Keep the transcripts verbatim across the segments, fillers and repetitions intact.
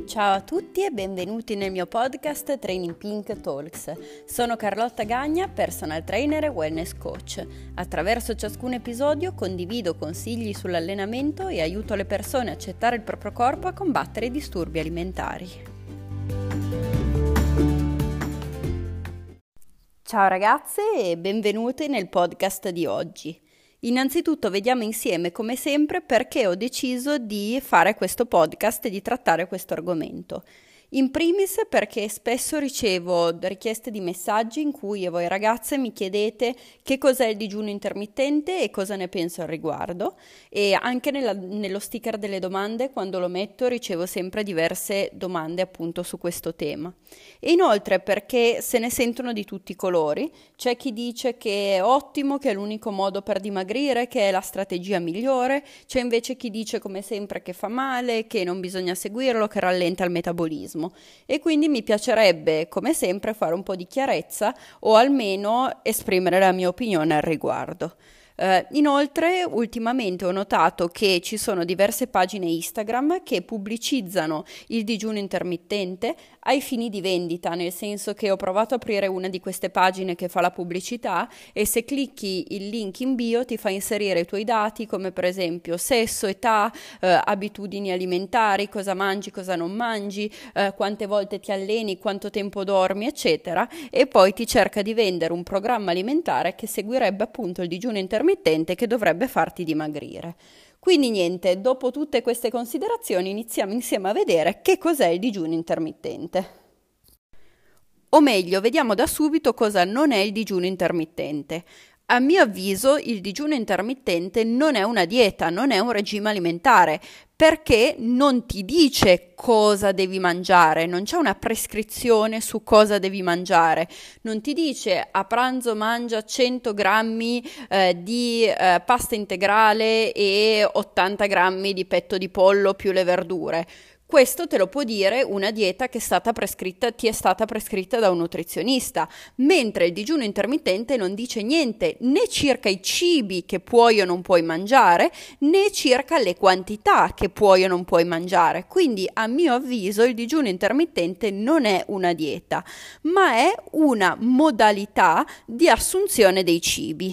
Ciao a tutti e benvenuti nel mio podcast Training Pink Talks. Sono Carlotta Gagna, personal trainer e wellness coach. Attraverso ciascun episodio condivido consigli sull'allenamento e aiuto le persone a accettare il proprio corpo e a combattere i disturbi alimentari. Ciao ragazze e benvenute nel podcast di oggi. Innanzitutto vediamo insieme, come sempre, perché ho deciso di fare questo podcast e di trattare questo argomento. In primis perché spesso ricevo richieste di messaggi in cui voi ragazze mi chiedete che cos'è il digiuno intermittente e cosa ne penso al riguardo, e anche nella, nello sticker delle domande, quando lo metto, ricevo sempre diverse domande appunto su questo tema. E inoltre perché se ne sentono di tutti i colori. C'è chi dice che è ottimo, che è l'unico modo per dimagrire, che è la strategia migliore, c'è invece chi dice come sempre che fa male, che non bisogna seguirlo, che rallenta il metabolismo. E quindi mi piacerebbe, come sempre, fare un po' di chiarezza o almeno esprimere la mia opinione al riguardo. Uh, inoltre, ultimamente ho notato che ci sono diverse pagine Instagram che pubblicizzano il digiuno intermittente ai fini di vendita, nel senso che ho provato a aprire una di queste pagine che fa la pubblicità e se clicchi il link in bio ti fa inserire i tuoi dati, come per esempio sesso, età, uh, abitudini alimentari, cosa mangi, cosa non mangi, uh, quante volte ti alleni, quanto tempo dormi, eccetera, e poi ti cerca di vendere un programma alimentare che seguirebbe appunto il digiuno intermittente che dovrebbe farti dimagrire. Quindi niente, dopo tutte queste considerazioni iniziamo insieme a vedere che cos'è il digiuno intermittente. O meglio, vediamo da subito cosa non è il digiuno intermittente. A mio avviso il digiuno intermittente non è una dieta, non è un regime alimentare, perché non ti dice cosa devi mangiare, non c'è una prescrizione su cosa devi mangiare, non ti dice a pranzo mangia cento grammi eh, di eh, pasta integrale e ottanta grammi di petto di pollo più le verdure. Questo te lo può dire una dieta che è stata prescritta, ti è stata prescritta da un nutrizionista, mentre il digiuno intermittente non dice niente né circa i cibi che puoi o non puoi mangiare, né circa le quantità che puoi o non puoi mangiare. Quindi, a mio avviso, il digiuno intermittente non è una dieta, ma è una modalità di assunzione dei cibi.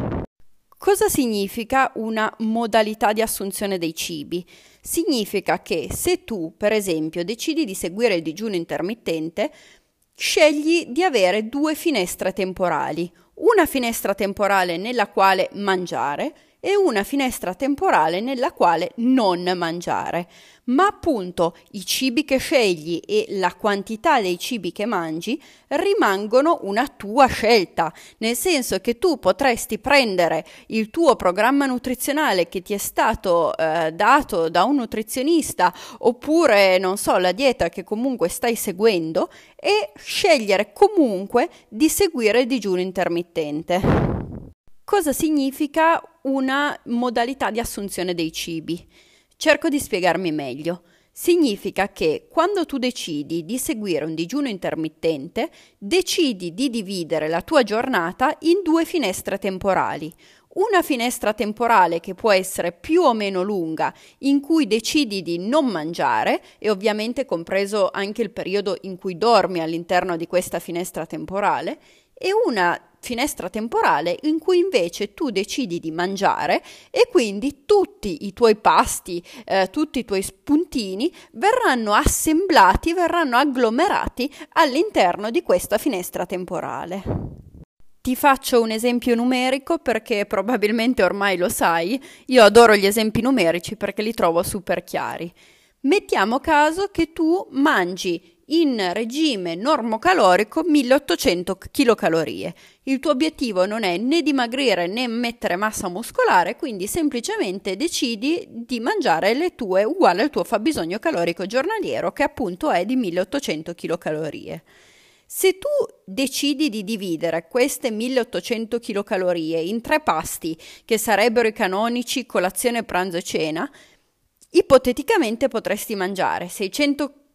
Cosa significa una modalità di assunzione dei cibi? Significa che se tu, per esempio, decidi di seguire il digiuno intermittente, scegli di avere due finestre temporali, una finestra temporale nella quale mangiare e una finestra temporale nella quale non mangiare. Ma appunto i cibi che scegli e la quantità dei cibi che mangi rimangono una tua scelta, nel senso che tu potresti prendere il tuo programma nutrizionale che ti è stato eh, dato da un nutrizionista, oppure non so, la dieta che comunque stai seguendo, e scegliere comunque di seguire il digiuno intermittente. Cosa significa una modalità di assunzione dei cibi? Cerco di spiegarmi meglio. Significa che quando tu decidi di seguire un digiuno intermittente, decidi di dividere la tua giornata in due finestre temporali. Una finestra temporale che può essere più o meno lunga, in cui decidi di non mangiare, e ovviamente compreso anche il periodo in cui dormi all'interno di questa finestra temporale, e una finestra temporale in cui invece tu decidi di mangiare e quindi tutti i tuoi pasti, eh, tutti i tuoi spuntini verranno assemblati, verranno agglomerati all'interno di questa finestra temporale. Ti faccio un esempio numerico perché probabilmente ormai lo sai, io adoro gli esempi numerici perché li trovo super chiari. Mettiamo caso che tu mangi in regime normocalorico milleottocento chilocalorie. Il tuo obiettivo non è né dimagrire né mettere massa muscolare, quindi semplicemente decidi di mangiare le tue uguale al tuo fabbisogno calorico giornaliero, che appunto è di milleottocento chilocalorie. Se tu decidi di dividere queste milleottocento chilocalorie in tre pasti, che sarebbero i canonici colazione, pranzo e cena, ipoteticamente potresti mangiare seicento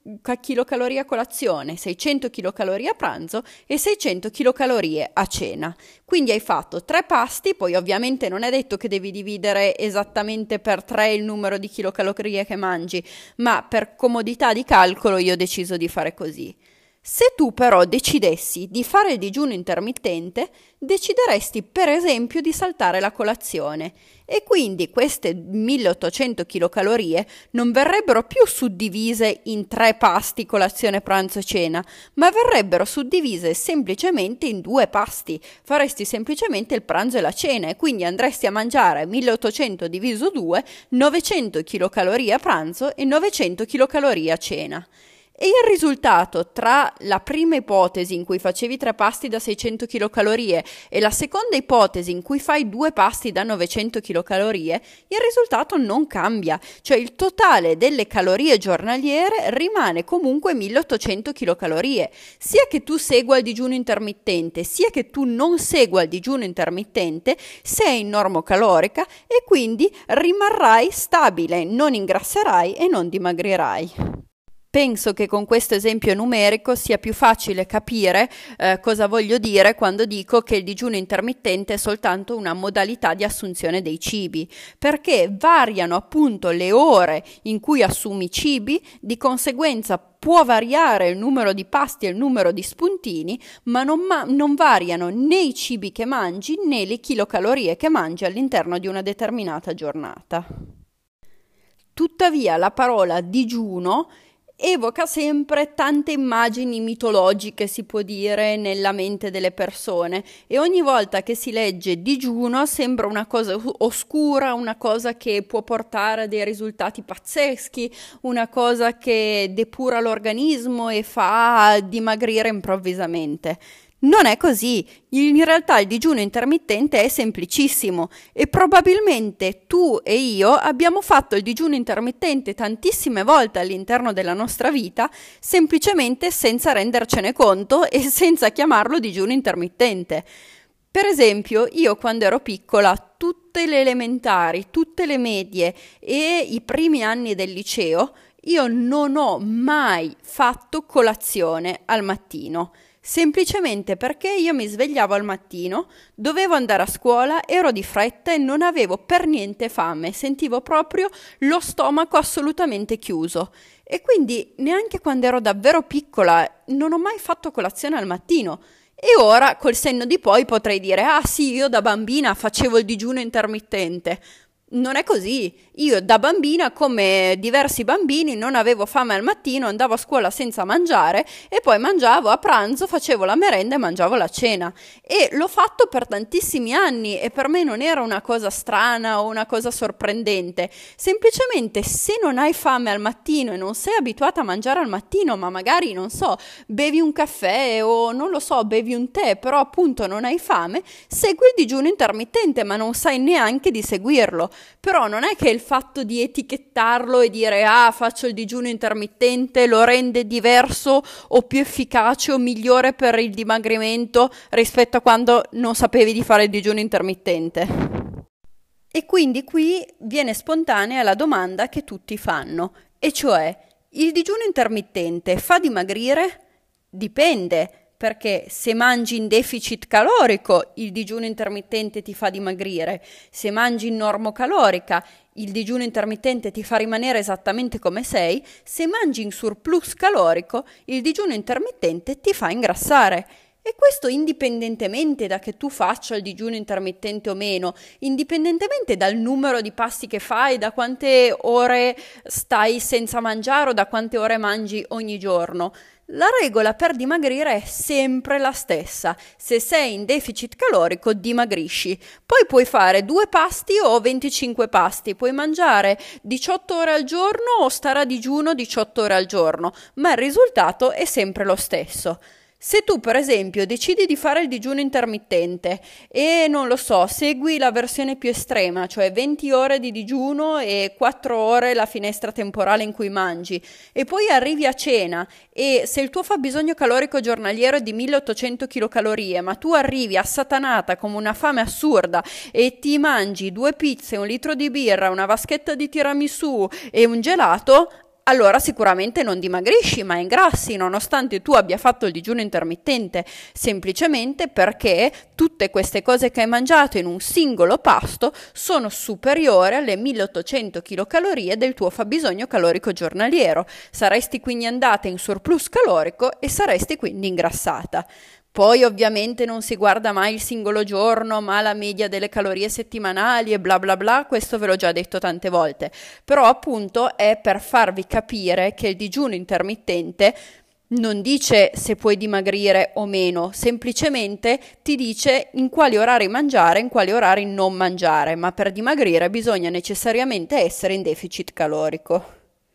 chilocalorie a colazione, seicento chilocalorie a pranzo e seicento chilocalorie a cena. Quindi hai fatto tre pasti, poi ovviamente non è detto che devi dividere esattamente per tre il numero di chilocalorie che mangi, ma per comodità di calcolo io ho deciso di fare così. Se tu però decidessi di fare il digiuno intermittente, decideresti per esempio di saltare la colazione e quindi queste milleottocento chilocalorie non verrebbero più suddivise in tre pasti, colazione, pranzo e cena, ma verrebbero suddivise semplicemente in due pasti. Faresti semplicemente il pranzo e la cena e quindi andresti a mangiare milleottocento diviso due, novecento chilocalorie a pranzo e novecento chilocalorie a cena. E il risultato tra la prima ipotesi in cui facevi tre pasti da seicento chilocalorie e la seconda ipotesi in cui fai due pasti da novecento chilocalorie, il risultato non cambia, cioè il totale delle calorie giornaliere rimane comunque milleottocento chilocalorie. Sia che tu segua il digiuno intermittente, sia che tu non segua il digiuno intermittente, sei in normocalorica e quindi rimarrai stabile, non ingrasserai e non dimagrirai. Penso che con questo esempio numerico sia più facile capire eh, cosa voglio dire quando dico che il digiuno intermittente è soltanto una modalità di assunzione dei cibi, perché variano appunto le ore in cui assumi cibi, di conseguenza può variare il numero di pasti e il numero di spuntini, ma non, ma- non variano né i cibi che mangi né le chilocalorie che mangi all'interno di una determinata giornata. Tuttavia la parola digiuno evoca sempre tante immagini mitologiche, si può dire, nella mente delle persone e ogni volta che si legge digiuno sembra una cosa oscura, una cosa che può portare a dei risultati pazzeschi, una cosa che depura l'organismo e fa dimagrire improvvisamente. Non è così, in realtà il digiuno intermittente è semplicissimo e probabilmente tu e io abbiamo fatto il digiuno intermittente tantissime volte all'interno della nostra vita semplicemente senza rendercene conto e senza chiamarlo digiuno intermittente. Per esempio, io quando ero piccola, tutte le elementari, tutte le medie e i primi anni del liceo, io non ho mai fatto colazione al mattino. Semplicemente perché io mi svegliavo al mattino, dovevo andare a scuola, ero di fretta e non avevo per niente fame, sentivo proprio lo stomaco assolutamente chiuso e quindi neanche quando ero davvero piccola non ho mai fatto colazione al mattino. E ora col senno di poi potrei dire ah sì, io da bambina facevo il digiuno intermittente. Non è così. Io da bambina, come diversi bambini, non avevo fame al mattino, andavo a scuola senza mangiare e poi mangiavo a pranzo, facevo la merenda e mangiavo la cena. E l'ho fatto per tantissimi anni e per me non era una cosa strana o una cosa sorprendente. Semplicemente se non hai fame al mattino e non sei abituata a mangiare al mattino, ma magari, non so, bevi un caffè o non lo so, bevi un tè, però appunto non hai fame, segui il digiuno intermittente ma non sai neanche di seguirlo. Però non è che il fatto di etichettarlo e dire ah faccio il digiuno intermittente lo rende diverso o più efficace o migliore per il dimagrimento rispetto a quando non sapevi di fare il digiuno intermittente. E quindi qui viene spontanea la domanda che tutti fanno, e cioè il digiuno intermittente fa dimagrire? Dipende. Perché se mangi in deficit calorico il digiuno intermittente ti fa dimagrire, se mangi in normocalorica il digiuno intermittente ti fa rimanere esattamente come sei, se mangi in surplus calorico il digiuno intermittente ti fa ingrassare. E questo indipendentemente da che tu faccia il digiuno intermittente o meno, indipendentemente dal numero di pasti che fai, da quante ore stai senza mangiare o da quante ore mangi ogni giorno. La regola per dimagrire è sempre la stessa. Se sei in deficit calorico, dimagrisci. Poi puoi fare due pasti o venticinque pasti, puoi mangiare diciotto ore al giorno o stare a digiuno diciotto ore al giorno, ma il risultato è sempre lo stesso. Se tu per esempio decidi di fare il digiuno intermittente e non lo so, segui la versione più estrema, cioè venti ore di digiuno e quattro ore la finestra temporale in cui mangi, e poi arrivi a cena e se il tuo fabbisogno calorico giornaliero è di milleottocento chilocalorie, ma tu arrivi assatanata come una fame assurda e ti mangi due pizze, un litro di birra, una vaschetta di tiramisù e un gelato, allora sicuramente non dimagrisci ma ingrassi, nonostante tu abbia fatto il digiuno intermittente, semplicemente perché tutte queste cose che hai mangiato in un singolo pasto sono superiori alle milleottocento chilocalorie del tuo fabbisogno calorico giornaliero. Saresti quindi andata in surplus calorico e saresti quindi ingrassata. Poi ovviamente non si guarda mai il singolo giorno, ma la media delle calorie settimanali e bla bla bla, questo ve l'ho già detto tante volte, però appunto è per farvi capire che il digiuno intermittente non dice se puoi dimagrire o meno, semplicemente ti dice in quali orari mangiare e in quali orari non mangiare, ma per dimagrire bisogna necessariamente essere in deficit calorico.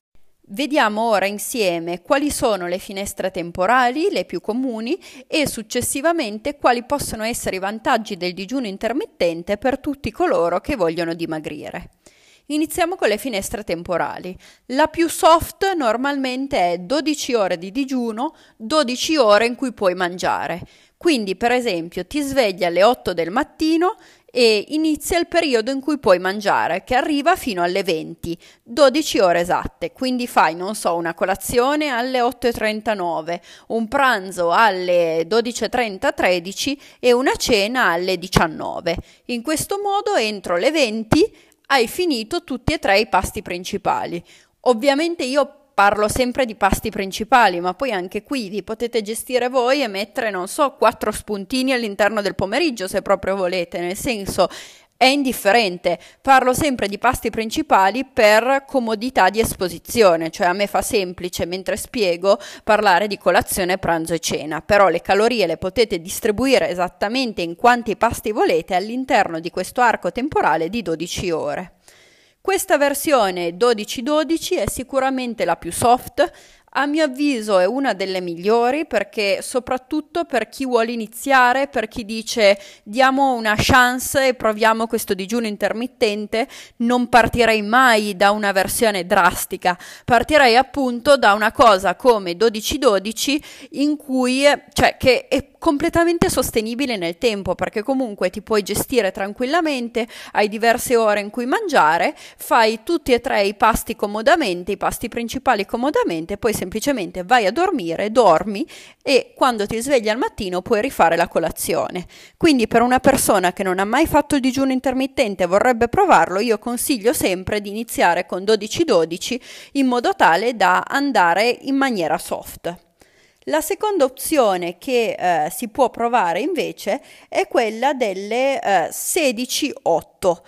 Vediamo ora insieme quali sono le finestre temporali, le più comuni, e successivamente quali possono essere i vantaggi del digiuno intermittente per tutti coloro che vogliono dimagrire. Iniziamo con le finestre temporali. La più soft normalmente è dodici ore di digiuno, dodici ore in cui puoi mangiare. Quindi, per esempio, ti svegli alle otto del mattino e inizia il periodo in cui puoi mangiare, che arriva fino alle venti, dodici ore esatte. Quindi fai, non so, una colazione alle otto e trentanove, un pranzo alle dodici e trenta, tredici e una cena alle diciannove. In questo modo, entro le venti, hai finito tutti e tre i pasti principali. Ovviamente io parlo sempre di pasti principali, ma poi anche qui vi potete gestire voi e mettere, non so, quattro spuntini all'interno del pomeriggio se proprio volete, nel senso è indifferente. Parlo sempre di pasti principali per comodità di esposizione, cioè a me fa semplice mentre spiego parlare di colazione, pranzo e cena, però le calorie le potete distribuire esattamente in quanti pasti volete all'interno di questo arco temporale di dodici ore. Questa versione dodici dodici è sicuramente la più soft, a mio avviso è una delle migliori perché soprattutto per chi vuole iniziare, per chi dice diamo una chance e proviamo questo digiuno intermittente, non partirei mai da una versione drastica, partirei appunto da una cosa come dodici dodici in cui, cioè che è completamente sostenibile nel tempo, perché comunque ti puoi gestire tranquillamente, hai diverse ore in cui mangiare, fai tutti e tre i pasti comodamente, i pasti principali comodamente, poi semplicemente vai a dormire, dormi e quando ti svegli al mattino puoi rifare la colazione. Quindi per una persona che non ha mai fatto il digiuno intermittente e vorrebbe provarlo, io consiglio sempre di iniziare con dodici dodici in modo tale da andare in maniera soft. La seconda opzione che eh, si può provare invece è quella delle eh, sedici otto.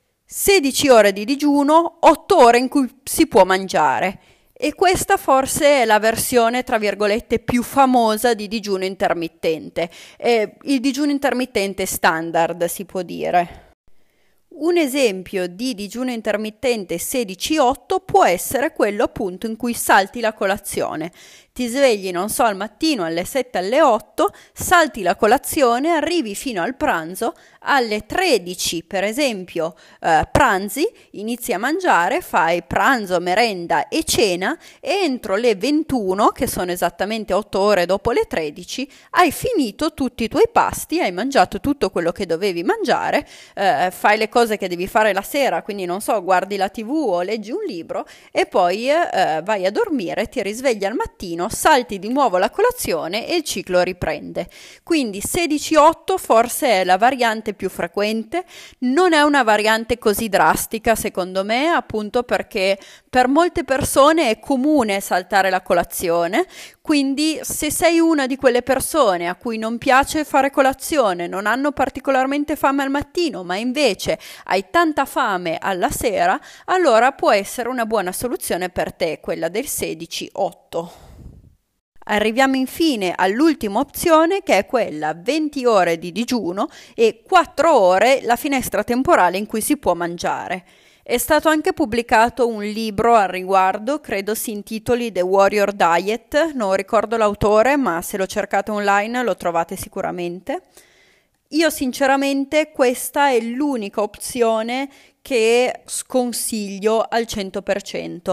sedici ore di digiuno, otto ore in cui si può mangiare. E questa forse è la versione, tra virgolette, più famosa di digiuno intermittente. Eh, il digiuno intermittente standard, si può dire. Un esempio di digiuno intermittente sedici otto può essere quello appunto in cui salti la colazione. Ti svegli, non so, al mattino alle sette alle otto, salti la colazione, arrivi fino al pranzo, alle tredici per esempio eh, pranzi, inizi a mangiare, fai pranzo, merenda e cena e entro le ventuno, che sono esattamente otto ore dopo le tredici, hai finito tutti i tuoi pasti, hai mangiato tutto quello che dovevi mangiare, eh, fai le cose che devi fare la sera, quindi non so, guardi la tivù o leggi un libro e poi eh, vai a dormire, ti risvegli al mattino, salti di nuovo la colazione e il ciclo riprende. Quindi sedici otto forse è la variante più frequente, non è una variante così drastica secondo me, appunto perché per molte persone è comune saltare la colazione, quindi se sei una di quelle persone a cui non piace fare colazione, non hanno particolarmente fame al mattino, ma invece hai tanta fame alla sera, allora può essere una buona soluzione per te quella del sedici otto. Arriviamo infine all'ultima opzione, che è quella venti ore di digiuno e quattro ore la finestra temporale in cui si può mangiare. È stato anche pubblicato un libro al riguardo, credo si intitoli The Warrior Diet, non ricordo l'autore, ma se lo cercate online lo trovate sicuramente. Io sinceramente questa è l'unica opzione che sconsiglio al cento per cento.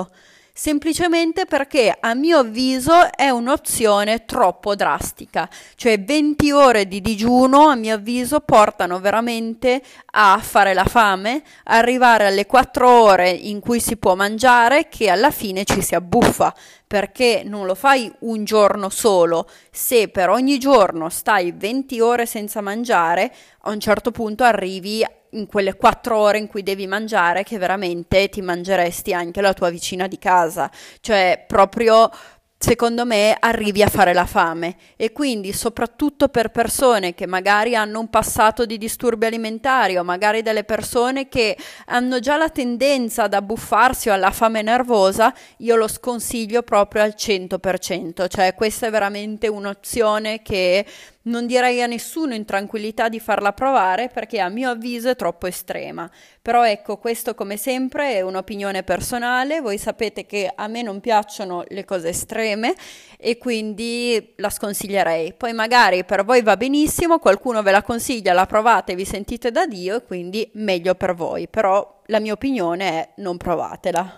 semplicemente perché a mio avviso è un'opzione troppo drastica, cioè venti ore di digiuno a mio avviso portano veramente a fare la fame, arrivare alle quattro ore in cui si può mangiare che alla fine ci si abbuffa, perché non lo fai un giorno solo. Se per ogni giorno stai venti ore senza mangiare, a un certo punto arrivi in quelle quattro ore in cui devi mangiare che veramente ti mangeresti anche la tua vicina di casa, cioè proprio secondo me arrivi a fare la fame. E quindi soprattutto per persone che magari hanno un passato di disturbi alimentari o magari delle persone che hanno già la tendenza ad abbuffarsi o alla fame nervosa, io lo sconsiglio proprio al cento per cento, cioè questa è veramente un'opzione che non direi a nessuno in tranquillità di farla provare perché a mio avviso è troppo estrema. Però ecco, questo come sempre è un'opinione personale, voi sapete che a me non piacciono le cose estreme e quindi la sconsiglierei. Poi magari per voi va benissimo, qualcuno ve la consiglia, la provate, vi sentite da Dio e quindi meglio per voi, però la mia opinione è non provatela.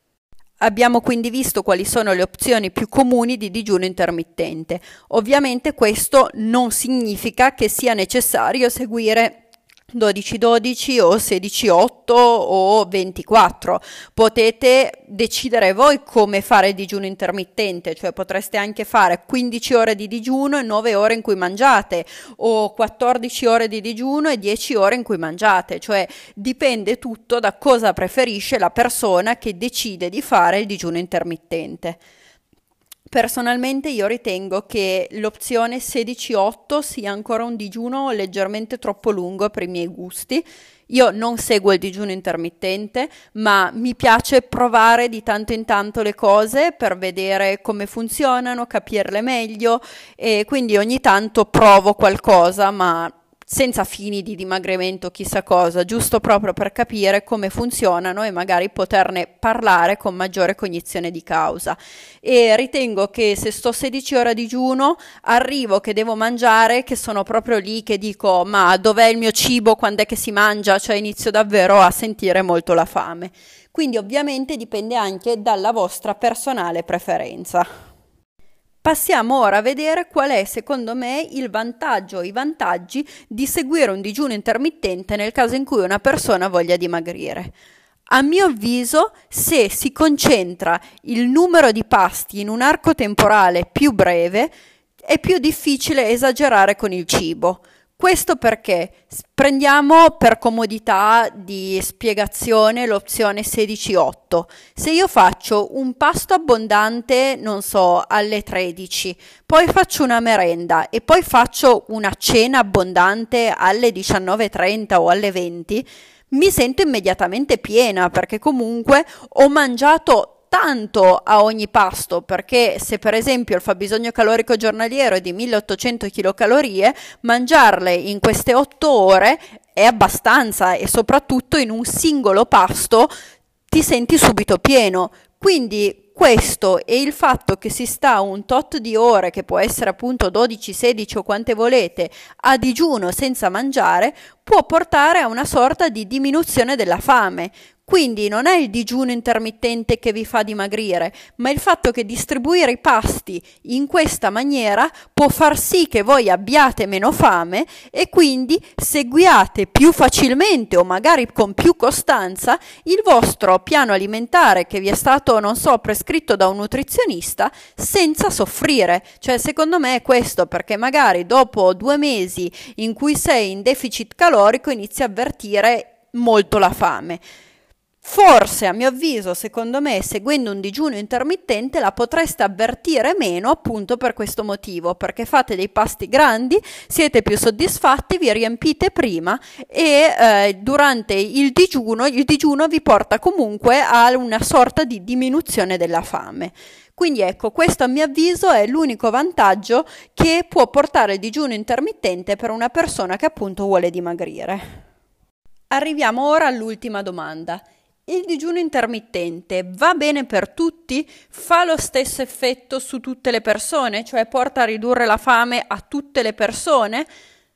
Abbiamo quindi visto quali sono le opzioni più comuni di digiuno intermittente. Ovviamente questo non significa che sia necessario seguire dodici dodici o sedici otto o ventiquattro. Potete decidere voi come fare il digiuno intermittente, cioè potreste anche fare quindici ore di digiuno e nove ore in cui mangiate, o quattordici ore di digiuno e dieci ore in cui mangiate, cioè dipende tutto da cosa preferisce la persona che decide di fare il digiuno intermittente. Personalmente io ritengo che l'opzione sedici otto sia ancora un digiuno leggermente troppo lungo per i miei gusti. Io non seguo il digiuno intermittente, ma mi piace provare di tanto in tanto le cose per vedere come funzionano, capirle meglio e quindi ogni tanto provo qualcosa, ma senza fini di dimagrimento chissà cosa, giusto proprio per capire come funzionano e magari poterne parlare con maggiore cognizione di causa. E ritengo che se sto sedici ore a digiuno, arrivo che devo mangiare, che sono proprio lì che dico ma dov'è il mio cibo, quando è che si mangia, cioè inizio davvero a sentire molto la fame. Quindi ovviamente dipende anche dalla vostra personale preferenza. Passiamo ora a vedere qual è secondo me il vantaggio o i vantaggi di seguire un digiuno intermittente nel caso in cui una persona voglia dimagrire. A mio avviso, se si concentra il numero di pasti in un arco temporale più breve, è più difficile esagerare con il cibo. Questo perché prendiamo per comodità di spiegazione l'opzione sedici otto. Se io faccio un pasto abbondante, non so, alle tredici, poi faccio una merenda e poi faccio una cena abbondante alle diciannove e trenta o alle venti, mi sento immediatamente piena perché comunque ho mangiato tanto a ogni pasto, perché se per esempio il fabbisogno calorico giornaliero è di milleottocento chilocalorie, mangiarle in queste otto ore è abbastanza e soprattutto in un singolo pasto ti senti subito pieno. Quindi questo e il fatto che si sta un tot di ore, che può essere appunto dodici, sedici o quante volete, a digiuno senza mangiare, può portare a una sorta di diminuzione della fame. Quindi non è il digiuno intermittente che vi fa dimagrire, ma il fatto che distribuire i pasti in questa maniera può far sì che voi abbiate meno fame e quindi seguiate più facilmente o magari con più costanza il vostro piano alimentare che vi è stato, non so, prescritto da un nutrizionista senza soffrire. Cioè, secondo me è questo, perché magari dopo due mesi in cui sei in deficit calorico inizi a avvertire molto la fame. Forse, a mio avviso, secondo me, seguendo un digiuno intermittente la potreste avvertire meno appunto per questo motivo, perché fate dei pasti grandi, siete più soddisfatti, vi riempite prima e eh, durante il digiuno, il digiuno vi porta comunque a una sorta di diminuzione della fame. Quindi ecco, questo a mio avviso è l'unico vantaggio che può portare il digiuno intermittente per una persona che appunto vuole dimagrire. Arriviamo ora all'ultima domanda. Il digiuno intermittente va bene per tutti? Fa lo stesso effetto su tutte le persone? Cioè porta a ridurre la fame a tutte le persone?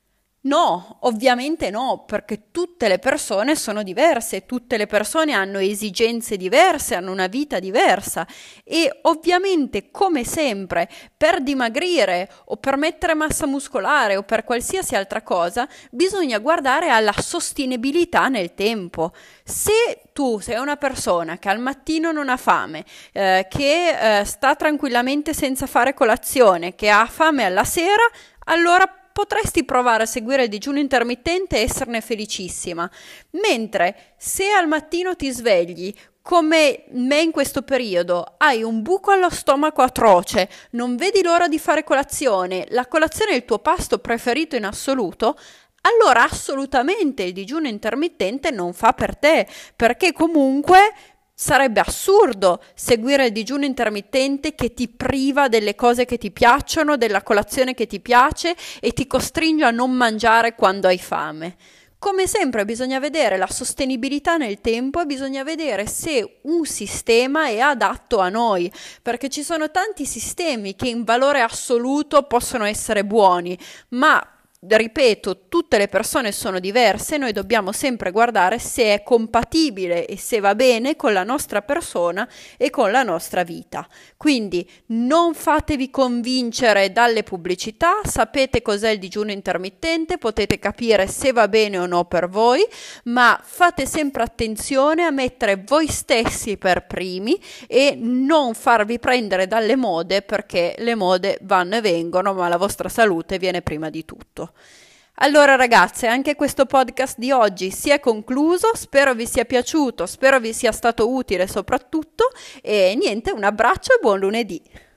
No, ovviamente no, perché tutte le persone sono diverse, tutte le persone hanno esigenze diverse, hanno una vita diversa e ovviamente, come sempre, per dimagrire o per mettere massa muscolare o per qualsiasi altra cosa, bisogna guardare alla sostenibilità nel tempo. Se tu sei una persona che al mattino non ha fame, eh, che eh, sta tranquillamente senza fare colazione, che ha fame alla sera, allora potresti provare a seguire il digiuno intermittente e esserne felicissima, mentre se al mattino ti svegli come me in questo periodo, hai un buco allo stomaco atroce, non vedi l'ora di fare colazione, la colazione è il tuo pasto preferito in assoluto, allora assolutamente il digiuno intermittente non fa per te, perché comunque sarebbe assurdo seguire il digiuno intermittente che ti priva delle cose che ti piacciono, della colazione che ti piace e ti costringe a non mangiare quando hai fame. Come sempre bisogna vedere la sostenibilità nel tempo e bisogna vedere se un sistema è adatto a noi, perché ci sono tanti sistemi che in valore assoluto possono essere buoni, ma ripeto, tutte le persone sono diverse, noi dobbiamo sempre guardare se è compatibile e se va bene con la nostra persona e con la nostra vita. Quindi non fatevi convincere dalle pubblicità, sapete cos'è il digiuno intermittente, potete capire se va bene o no per voi, ma fate sempre attenzione a mettere voi stessi per primi e non farvi prendere dalle mode, perché le mode vanno e vengono, ma la vostra salute viene prima di tutto. Allora ragazze, anche questo podcast di oggi si è concluso, spero vi sia piaciuto, spero vi sia stato utile soprattutto e niente, un abbraccio e buon lunedì!